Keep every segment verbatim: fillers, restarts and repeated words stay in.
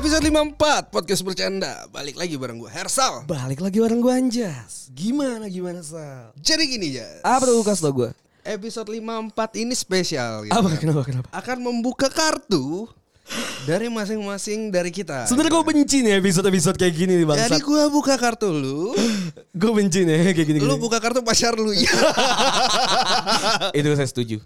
Episode lima puluh empat Podcast Bercanda. Balik lagi bareng gue Hersal. Balik lagi bareng gue Anjas. Gimana gimana Sal? Jadi gini ya. Apa tuh kasih tau gue? Episode lima puluh empat ini spesial gitu. Apa kan. kenapa kenapa? Akan membuka kartu dari masing-masing dari kita. Sebenernya gue benci nih episode-episode kayak gini nih bangsat. Jadi gue buka kartu lu. Gue benci nih kayak gini-gini. Lu buka kartu pacar lu ya. Itu saya setuju.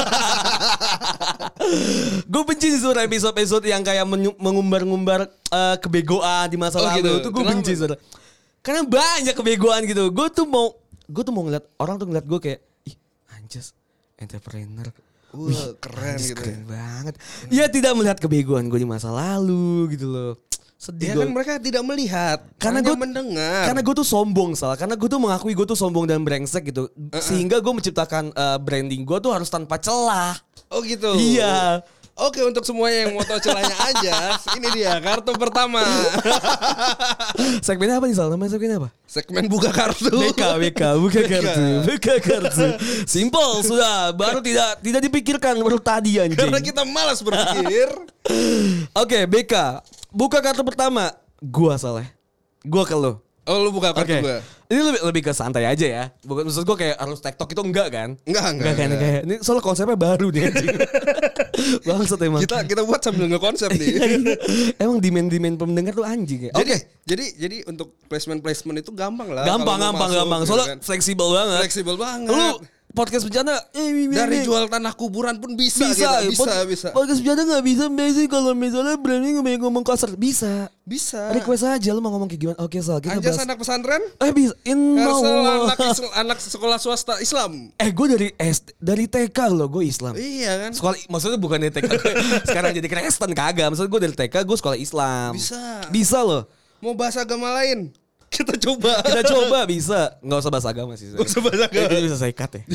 Gue benci sih suara episode-episode yang kayak menyu- mengumbar-ngumbar uh, kebegoan di masa Oh, lalu. gitu. Itu gue benci suara. Karena banyak kebegoan gitu. Gue tuh mau gue tuh mau ngeliat orang tuh ngeliat gue kayak ih Anjas entrepreneur. Wah, Wih, keren Anjas gitu. keren banget. Dia tidak melihat kebegoan gue di masa lalu gitu loh. Sedih Ya gue. kan mereka tidak melihat, Karena hanya gue mendengar. Karena gue tuh sombong salah. Karena gue tuh mengakui gue tuh sombong dan brengsek gitu. Uh-uh. Sehingga gue menciptakan uh, branding gue tuh harus tanpa celah. Oh gitu. Iya. Oke, untuk semuanya yang mau tahu celahnya aja, ini dia kartu pertama. Segmennya apa nih Sal? Namanya segmennya apa? Segmen buka kartu. B K, B K, buka kartu, buka kartu. Simple sudah, baru tidak tidak dipikirkan baru tadi anjing. Karena kita malas berpikir. Oke, B K. Buka kartu pertama. Gua Saleh. Gua ke lo. Oh, lu buka kartu Oke. gua. Ini lebih lebih ke santai aja ya. Bukan maksud gua kayak harus TikTok itu enggak kan? Enggak, enggak, kan enggak. kayak. Ini soal konsepnya baru nih anjing. Bangsat emang. Kita kita buat sambil nge-konsep nih. Emang demand-demand pendengar tuh anjing ya. Jadi, jadi jadi untuk placement-placement itu gampang lah. Gampang, kalau mau gampang, masuk, gampang. gitu Soalnya kan. fleksibel banget. Fleksibel banget. Lu podcast bercanda eh, Dari ini. jual tanah kuburan pun bisa, bisa, gitu. Bisa, Pod- bisa. Podcast bercanda nggak bisa, biasanya kalau misalnya branding ngomong ngomong kasar bisa. Bisa. Request aja lu mau ngomong kayak gimana? Oke Sal, kita Anjas bahas. anak pesantren, Eh bisa, in Hersal mau. anak Islam, anak sekolah swasta Islam. Eh gue dari S dari T K loh, gue Islam. Iya kan? Sekolah maksudnya bukan dari T K sekarang jadi Kristen kagak. Maksudnya gue dari T K gue sekolah Islam. Bisa. Bisa loh. Mau bahas agama lain? Kita coba. Kita coba bisa. Nggak usah bahas agama sih. Nggak usah bahas agama. Itu bisa saya cut ya.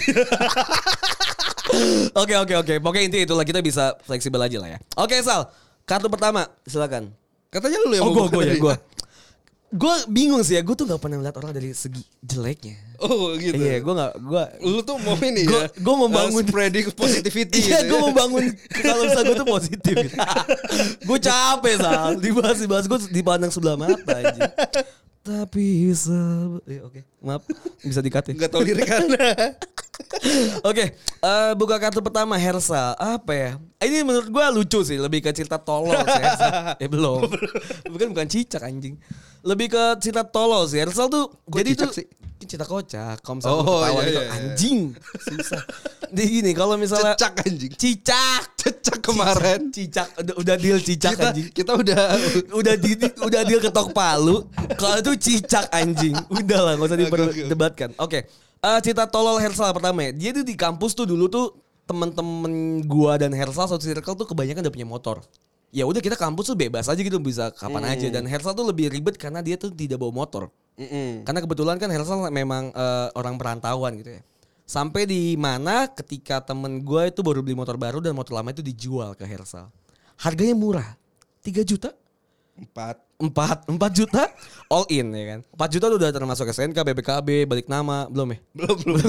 Oke oke oke. Pokoknya intinya itulah, kita bisa fleksibel aja lah ya. Oke Sal, kartu pertama silakan. Katanya lu yang Oh mau gue buka gue ya tadi. gue. Gue bingung sih ya. Gue tuh nggak pernah melihat orang dari segi jeleknya. Oh gitu. Iya gue nggak gue. Lu tuh mau ini Gua- ya. gua membangun- uh, spreading positivity. Iya gitu gue ya. membangun kalau misalnya gue tuh positif gitu. Gue capek Sal. Dibahas-dibahas gue dipandang sebelah mata aja. Tapi bisa. Eh, Oke maaf. Bisa dikatin. Enggak tahu lirikannya. Oke, eh, buka kartu pertama Hersal. Apa ya? Ini menurut gue lucu sih, lebih ke cerita tolol sih Hersal. Eh belum. Bukan bukan cicak anjing. Lebih ke cerita tolol sih. Hersal tuh Kok jadi cicak tuh sih? cerita kocak. Kalau misalnya Oh, lu ketawa iya, gitu iya, iya. anjing. Susah. Jadi gini, kalau misalnya Cecak anjing. cicak, Cecak kemarin. cicak udah, udah deal cicak Kita anjing. kita udah Udah di, udah deal ketok palu. Kalau itu cicak anjing. Udah lah, gak usah Oke, oke, oke. diperdebatkan. Oke. Eh, cerita tolol Hersal pertama ya. Dia tuh di kampus tuh dulu tuh temen-temen gua dan Hersal satu circle tuh kebanyakan udah punya motor. Ya udah kita kampus tuh bebas aja gitu, bisa kapan Hmm. aja. Dan Hersal tuh lebih ribet karena dia tuh tidak bawa motor. Mm-mm. Karena kebetulan kan Hersal memang eh, orang perantauan gitu ya. Sampai di mana ketika temen gua itu baru beli motor baru dan motor lama itu dijual ke Hersal. Harganya murah. tiga juta. Empat. Empat, empat juta all in ya kan. Empat juta tuh udah termasuk S N K, B P K B, balik nama, belum ya? Belum belum.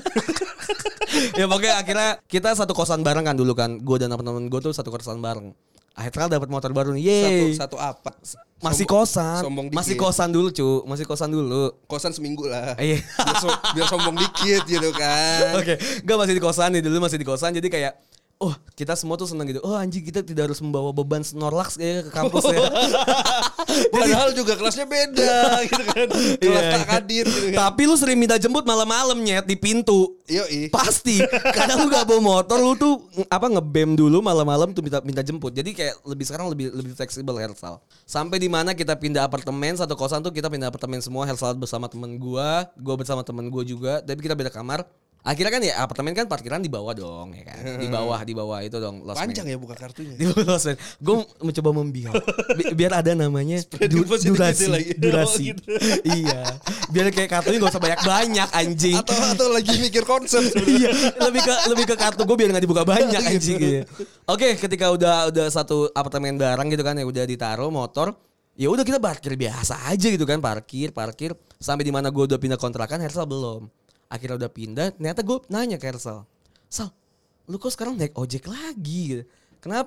Ya pokoknya akhirnya kita satu kosan bareng kan dulu kan. Gue dan teman-teman gue tuh satu kosan bareng. Akhirnya dapat motor baru nih. Yeay. Satu satu apa? Masih Sombong- kosan. Sombong dikit. Masih kosan dulu, cu. Masih kosan dulu. Kosan seminggu lah. Iya. Biar, so- biar sombong dikit gitu kan. Oke, gak masih di kosan nih dulu, masih di kosan. Jadi kayak oh kita semua tuh seneng gitu. Oh anjing, kita tidak harus membawa beban Snorlax kayak ke kampus ya. Padahal juga kelasnya beda gitu kan. Kelas Iya. tak hadir gitu kan. Tapi lu sering minta jemput malam-malam nyet di pintu. Yoi. Pasti. Kadang lu gak bawa motor, lu tuh apa ngebem dulu malam-malam tuh minta minta jemput. Jadi kayak lebih sekarang lebih lebih fleksibel Hersal. Sampai di mana kita pindah apartemen, satu kosan tuh kita pindah apartemen semua. Hersal bersama temen gua, gua bersama temen gua juga. Tapi kita beda kamar. Akhirnya kan ya apartemen kan parkiran di bawah dong ya kan. Di bawah, di bawah itu dong. Panjang ya buka kartunya. Di bawah Lost Man. Gue mencoba membial. Bi- biar ada namanya Spreading du- positivity durasi. lagi. Durasi. Oh, gitu. Iya. Biar kayak kartunya gak usah banyak-banyak anjing. Atau atau lagi mikir konsep Iya, sebenarnya. lebih ke lebih ke kartu gue biar nggak dibuka banyak anjing gitu. Oke, ketika udah udah satu apartemen bareng gitu kan ya udah ditaruh motor, ya udah kita parkir biasa aja gitu kan, parkir parkir sampai di mana gue udah pindah kontrakan, Hersal belum. Akhirnya udah pindah, ternyata gue nanya ke Hersal, Sal, lu kok sekarang naik ojek lagi gitu? Kenapa?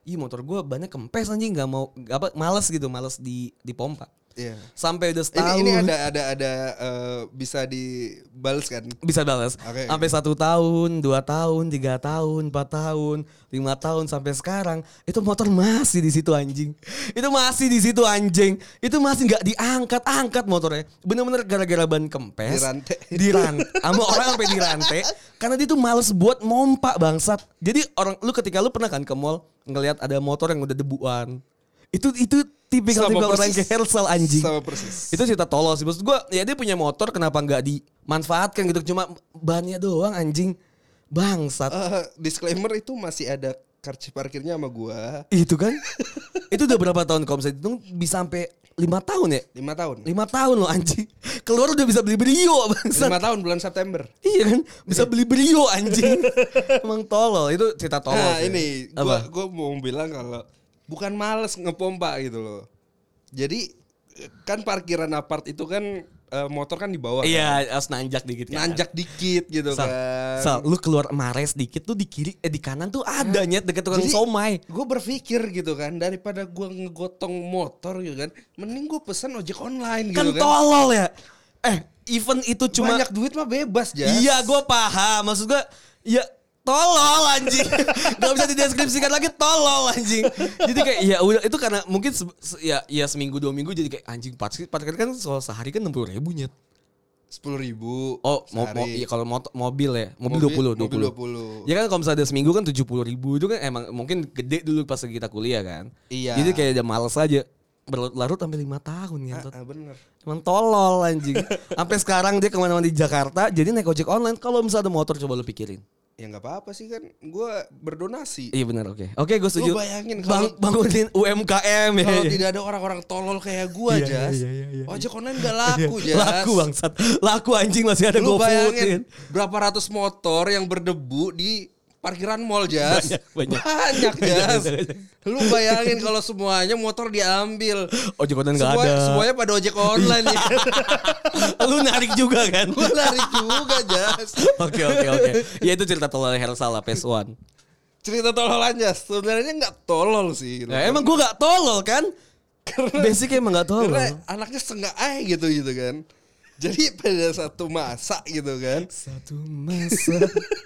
ih motor gue banyak kempes anjing, nggak mau apa males gitu, males di dipompa. Iya. Sampai udah setahun. Ini, ini ada ada ada uh, bisa dibales kan? Bisa balas. Okay. Sampai satu tahun, dua tahun, tiga tahun, empat tahun, lima tahun sampai sekarang itu motor masih di situ anjing. Itu masih di situ anjing. Itu masih nggak diangkat-angkat motornya. Bener-bener gara-gara ban kempes. Dirantai. Dirantai. Sama orang sampai dirantai. Karena dia tuh males buat mompa bangsat. Jadi orang lu ketika lu pernah kan ke mall ngelihat ada motor yang udah debuan. Itu itu tipikal-tipikal orang kayak Hersal anjing. Sama persis. Itu cerita tolol sih. Maksud gue ya dia punya motor kenapa nggak dimanfaatkan gitu. Cuma bannya doang anjing. Bangsat. Uh, disclaimer itu masih ada karcis parkirnya sama gua. Itu kan. Itu udah berapa tahun kalau misalnya itu bisa sampai lima tahun ya? lima tahun. lima tahun loh anjing. Keluar udah bisa beli Brio bangsat. lima tahun bulan September. Iya kan? Bisa beli Brio anjing. Emang tolol. Itu cerita tolol. Nah sih. ini gua, gua mau bilang kalau bukan males ngepompa gitu loh. Jadi kan parkiran apart itu kan uh, motor kan di bawah. Iya, kan? harus nanjak dikit kan. Nanjak dikit gitu Sal, kan. Sal, lu keluar Mares dikit tuh di kiri eh di kanan tuh ada nyet deket tukang somai. Gue berpikir gitu kan, daripada gue ngegotong motor gitu kan, mending gue pesen ojek online gitu Kan kan. tolol ya. Eh, event itu cuma banyak duit mah bebas ya. Iya, gue paham. Maksud gue ya tolol anjing. Gak bisa dideskripsikan lagi tolol anjing. Jadi kayak ya udah itu karena mungkin se, se, ya ya seminggu dua minggu jadi kayak anjing parkir parkir kan soal sehari kan enam puluh ribu nyet. Sepuluh ribu. Oh, mo, mo, ya kalau motor mobil ya, mobil dua puluh dua puluh. Ya kan kalau misalnya ada seminggu kan tujuh puluh ribu itu kan emang mungkin gede dulu pas kita kuliah kan. Iya. Jadi kayak udah males aja. Berlarut sampai lima tahun ya. Ah, ah, bener. Emang tolol anjing. Sampai sekarang dia kemana-mana di Jakarta jadi naik ojek online. Kalau misalnya ada motor coba lu pikirin. Ya nggak apa-apa sih kan, gue berdonasi. Iya benar, oke. Oke, gue setuju. Lu bayangin Bang, kalau bangunin U M K M ya. kalau ya. tidak ada orang-orang tolol kayak gue, Iya, Jas. iya, iya, iya, Ojek online nggak laku, Jas. Laku bangsat. Laku anjing masih ada Lu GoFood. bayangin berapa ratus motor yang berdebu di parkiran mall, Jas. Banyak, banyak. Banyak, Jas. Lu bayangin kalau semuanya motor diambil. Ojek online enggak Semua, ada. semuanya pada ojek online ya. Lu narik juga kan? Gue lari juga, Jas. Oke, oke, oke. Ya itu cerita tolol Hersal lah P S satu. Cerita tololan, Jas. Sebenarnya nggak tolol sih. Gitu. Ya, emang gue gak tolol kan? Karena, Basicnya emang gak tolol. karena anaknya setengah aja gitu gitu kan. Jadi pada satu masa gitu kan. Satu masa.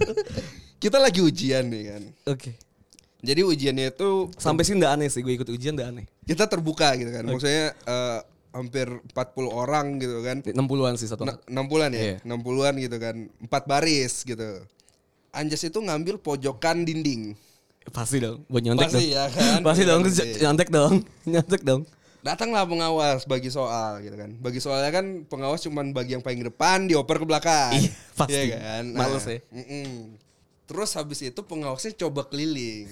Kita lagi ujian nih kan. Oke. Jadi ujiannya itu Sampai sini udah aneh sih, gue ikut ujian udah aneh. kita terbuka gitu kan. Maksudnya uh, hampir empat puluh orang gitu kan. enam puluhan sih satu. Na- enam puluhan ya? Iya. enam puluhan gitu kan. Empat baris gitu. Anjas itu ngambil pojokan dinding. Pasti dong, buat nyontek Pasti dong. ya kan? Pasti Iya, dong, pasti. nyontek dong. Nyontek dong. Datanglah pengawas bagi soal gitu kan. Bagi soalnya kan pengawas cuman bagi yang paling depan dioper ke belakang. Iya, pasti. Iya kan? Males ya. mm-mm. Terus habis itu pengawasnya coba keliling.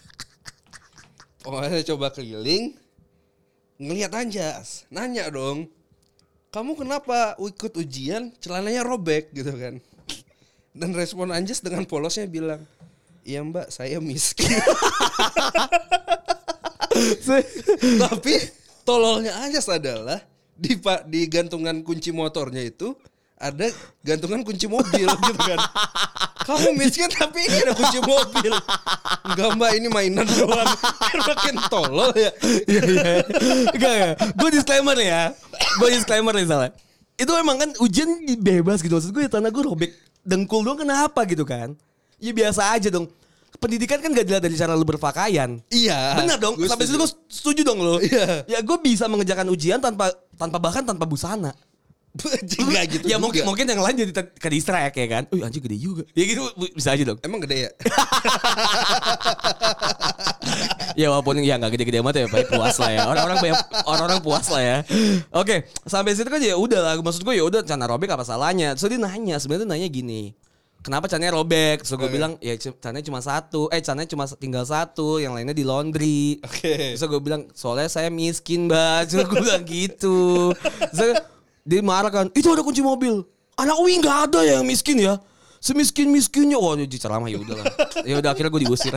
Pengawasnya coba keliling. Ngelihat Anjas, nanya dong. Kamu kenapa ikut ujian celananya robek gitu kan? Dan respon Anjas dengan polosnya bilang, "Iya Mbak, saya miskin." Tapi tololnya Anjas adalah di di gantungan kunci motornya itu ada gantungan kunci mobil gitu kan. Kamu miskin tapi ini ada kunci mobil. Enggak Mbak, ini mainan doang. Kan makin tolol ya. Iya iya. Enggak ya. Gue disclaimer ya. Gue disclaimer nih salah. Itu emang kan ujian bebas gitu. Maksud gue tanah gue robek dengkul doang kenapa gitu kan. Ya biasa aja dong. Pendidikan kan gak dilihat dari cara lu berpakaian. Iya. Benar dong. Sampai situ gue setuju dong lo. Iya. Ya gue bisa mengerjakan ujian tanpa tanpa bahkan tanpa busana. Enggak gitu. Ya juga. mungkin mungkin yang lain jadi ke distract ya kan. Wih anjing gede juga. Ya gitu bisa aja dong. Emang gede ya? Ya walaupun ya nggak gede-gede amat ya, baik puas lah ya. Orang-orang banyak orang-orang puas lah ya. Oke, sampai situ kan ya udah lah. Maksud gue ya udah cana robek apa salahnya. So dia nanya, sebenarnya nanya gini. Kenapa cananya robek? So gue Oke. bilang ya cananya cuma satu. Eh cananya cuma tinggal satu, yang lainnya di laundry. Oke. So gue bilang soalnya saya miskin, Mbak. So gue bilang gitu. So, dia marah kan, itu ada kunci mobil. Anak U I nggak ada yang miskin ya. Semiskin miskinnya, wah jadi ceramah ya udah lah. Ya udah akhirnya gue diusir.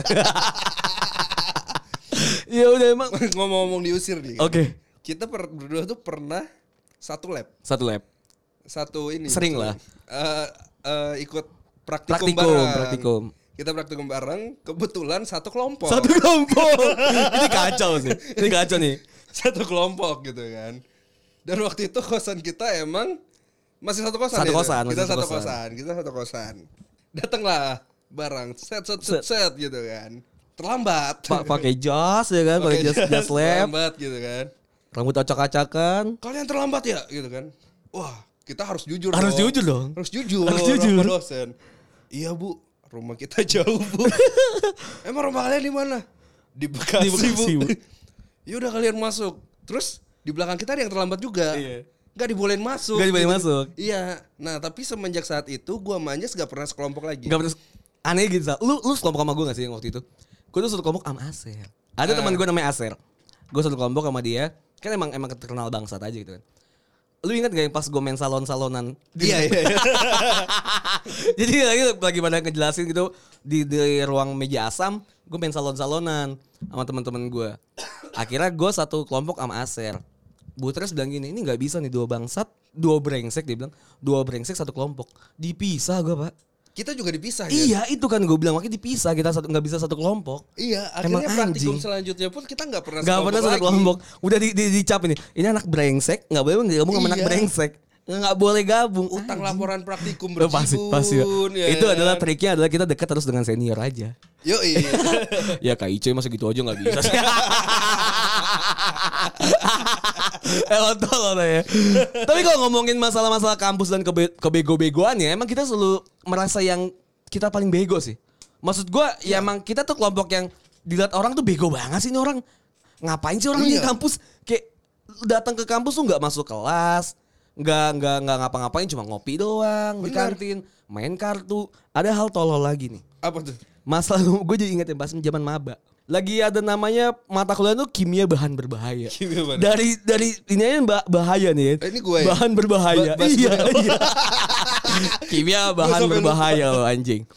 Ya udah emang. Ngomong-ngomong diusir nih. Oke. Okay. Kita per, berdua tuh pernah satu lab. Satu lab. Satu ini. Sering satu, lah. Uh, uh, ikut praktikum, Praktikum, bareng. praktikum. kita praktikum bareng, kebetulan satu kelompok. Satu kelompok. Ini kacau sih. Ini kacau nih. Satu kelompok gitu kan. Dan waktu itu kosan kita emang masih satu kosan. Satu ya, kosan, kita satu satu kosan. kosan, kita satu kosan. Datanglah bareng, set set set set gitu kan. Terlambat. Pa- pakai jas ya kan, pakai jas jas lab. Terlambat gitu kan. Rambut acak-acakan. Kalian terlambat ya gitu kan. Wah, kita harus jujur Harus dong. jujur dong. Harus jujur. Harus jujur. Sama dosen. Iya, Bu. Rumah kita jauh, Bu. Emang rumah kalian di mana? Di Bekasi, Di Bekasi, Bu. Bu. Yaudah kalian masuk. Terus di belakang kita ada yang terlambat juga. Iya. Gak dibolehin masuk. Gak dibolehin gitu. masuk. Iya. Nah, tapi semenjak saat itu gua sama Anjas gak pernah sekelompok lagi. Gak pernah aneh gitu. Sal. Lu lu sekelompok sama gue gak sih yang waktu itu? Gue tuh satu kelompok sama Aser. Ada Ah. teman gue namanya Aser. Gue satu kelompok sama dia. Kan emang emang terkenal bangsat aja gitu kan. Lu ingat gak yang pas gue main salon-salonan? Iya, iya, iya. Jadi lagi lagi pada ngejelasin gitu di, di ruang meja asam, gue main salon-salonan sama teman-teman gue. Akhirnya gue satu kelompok sama Aser. Bu Tres bilang gini, ini nggak bisa nih dua bangsat, dua brengsek dia bilang, dua brengsek satu kelompok. Dipisah gue pak. Kita juga dipisah. Iya kan? Itu kan gue bilang makanya dipisah kita satu nggak bisa satu kelompok. Iya, Emang akhirnya praktikum anjing. selanjutnya pun kita nggak pernah Gak pernah satu lagi. kelompok. Udah di, di, dicap ini. Ini anak brengsek, nggak boleh gabung sama anak Iya. brengsek. Nggak boleh gabung. Utang Anjing. laporan praktikum Oh, pasti, berjibun. pasti. Ya, Itu ya. adalah triknya adalah kita dekat terus dengan senior aja. Yoi. Ya Kak Ice masa gitu aja gak bisa sih. Emang tolong ya. Tapi kalau ngomongin masalah-masalah kampus dan kebe- kebego-begoan ya, emang kita selalu merasa yang kita paling bego sih. Maksud gue ya emang kita tuh kelompok yang dilihat orang tuh bego banget sih ini orang. Ngapain sih orang di Iya. kampus? Kayak datang ke kampus tuh gak masuk kelas. Gak, gak, gak ngapa-ngapain cuma ngopi doang di Benar. kantin. Main kartu. Ada hal tolol lagi nih. Apa tuh? Masalah gue jadi inget ya pas zaman maba. Lagi ada namanya mata kuliah tuh kimia bahan berbahaya. Kimia bahan- Dari dari ini aja bah- bahaya nih. Eh, ini gue ya? Bahan berbahaya. Ba- bas iya, gue. iya. Kimia bahan sampai berbahaya loh anjing.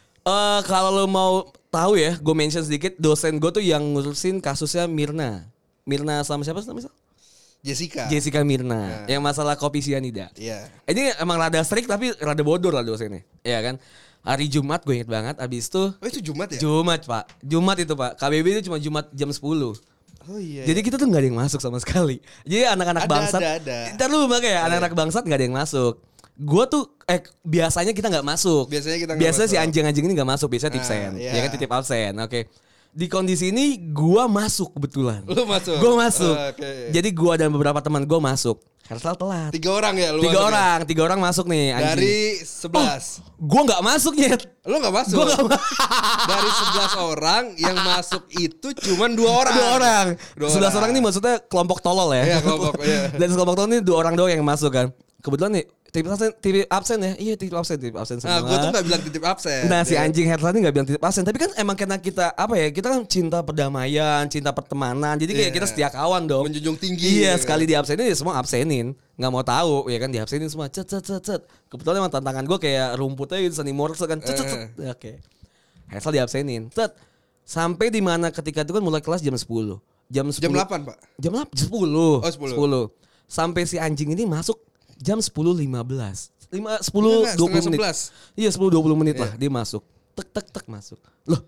Eh kalau lo mau tahu ya, gue mention sedikit dosen gue tuh yang ngurusin kasusnya Mirna. Mirna sama siapa sih namanya? Jessica. Jessica Nah. Mirna. Yang masalah kopi sianida. Iya. Ini emang rada strict tapi rada bodoh lah dosennya. Iya kan? Hari Jumat gue inget banget. Abis itu Oh itu Jumat ya? Jumat pak, Jumat itu pak. K B B itu cuma Jumat jam sepuluh. Oh iya. Jadi kita tuh nggak ada yang masuk sama sekali. Jadi anak-anak Ada, bangsat. ada, ada. Ntar lu makanya anak-anak bangsat nggak ada yang masuk. Gue tuh eh biasanya kita nggak masuk. Biasanya kita nggak Biasanya si masuk. anjing-anjing ini nggak masuk. Biasanya Nah, tipsen. iya. Ya kan titip absen. Oke. Di kondisi ini gue masuk kebetulan. Lu masuk? Gue masuk. Oh, oke. Jadi gue dan beberapa teman gue masuk. Hersal telat. Tiga orang ya lu Tiga masuk ya? orang, tiga orang masuk nih anjing. Dari sebelas. Gue nggak masuk nyet. Lu gak masuk? Gue nggak masuk. Dari sebelas orang yang masuk itu cuman dua orang. Dua orang. Dua Sebelas orang ini maksudnya kelompok tolol ya. Iya, kelompok, iya. Dan kelompok tolol ini dua orang doang yang masuk kan. Kebetulan nih titip absen, titip absen ya. Iya titip absen, titip absen semua. Nah gue tuh gak bilang titip absen. Nah si Ya. anjing Hersal ini gak bilang titip absen. Tapi kan emang karena kita apa ya. Kita kan cinta perdamaian, cinta pertemanan. Jadi kayak Iya. kita setia kawan dong. Menjunjung tinggi. Iya ya sekali kan? diabsenin ya semua absenin. Gak mau tahu ya kan diabsenin semua. Cet cet cet cet. Kebetulan emang tantangan gue kayak rumputnya gitu seni morse kan. Cet cet cet. Eh. Oke. Hersal diabsenin. Cet. Sampai di mana ketika itu kan mulai kelas jam sepuluh. Jam Jam sepuluh. delapan pak. Jam delapan, sepuluh. Oh, sepuluh. Sampai si anjing ini masuk jam sepuluh lima belas. lima, sepuluh, Enggak, dua puluh setengah menit. sebelas. Iya sepuluh dua puluh menit lah Iya. dia masuk. Tek tek tek masuk. Loh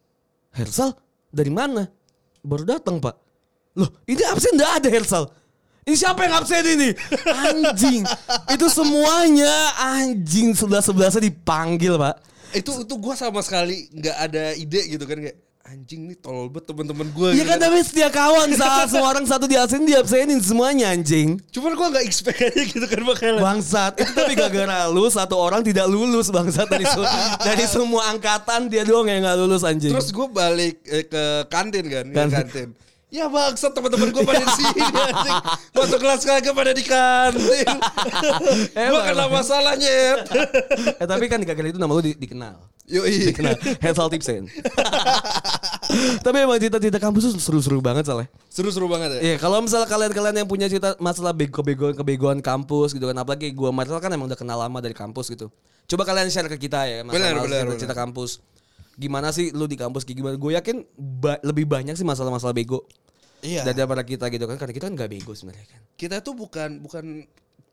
Hersal dari mana? Baru datang pak. Loh ini absen gak ada Hersal. Ini siapa yang absen ini? Anjing. Itu semuanya anjing sebelah-sebelahnya dipanggil pak. Itu itu gue sama sekali nggak ada ide gitu kan kayak anjing nih tolol banget teman-teman gue. Iya kan tapi setia kawan saat semua orang satu di absen diabsenin semuanya anjing. Cuman gue nggak expect aja gitu kan bakalan. Bangsat. Itu tapi gara-gara lu satu orang tidak lulus bangsat dari su- dari semua angkatan dia doang yang nggak lulus anjing. Terus gue balik eh, ke kantin kan, ke Kantin. kantin. Ya bangsat teman-teman gue pada di sini anjing. Masuk kelas kagak pada di kantin. Gue Emang. kena masalahnya. eh tapi kan gara-gara itu nama lu di- dikenal. Yoi. Dikenal. Hersal Tipsen. Tapi emang cerita-cerita kampus tuh seru-seru banget soalnya. Seru-seru banget ya. Iya, kalau misalnya kalian-kalian yang punya cerita masalah bego-begoan kebegoan kampus gitu kan, apalagi gua Marcel kan emang udah kenal lama dari kampus gitu. Coba kalian share ke kita ya Benar, masalah benar, cerita-cerita kampus. Gimana sih lu di kampus kayak gimana? Gue yakin ba- lebih banyak sih masalah-masalah bego Iya. daripada kita gitu kan, karena kita kan gak bego sebenarnya kan. Kita tuh bukan bukan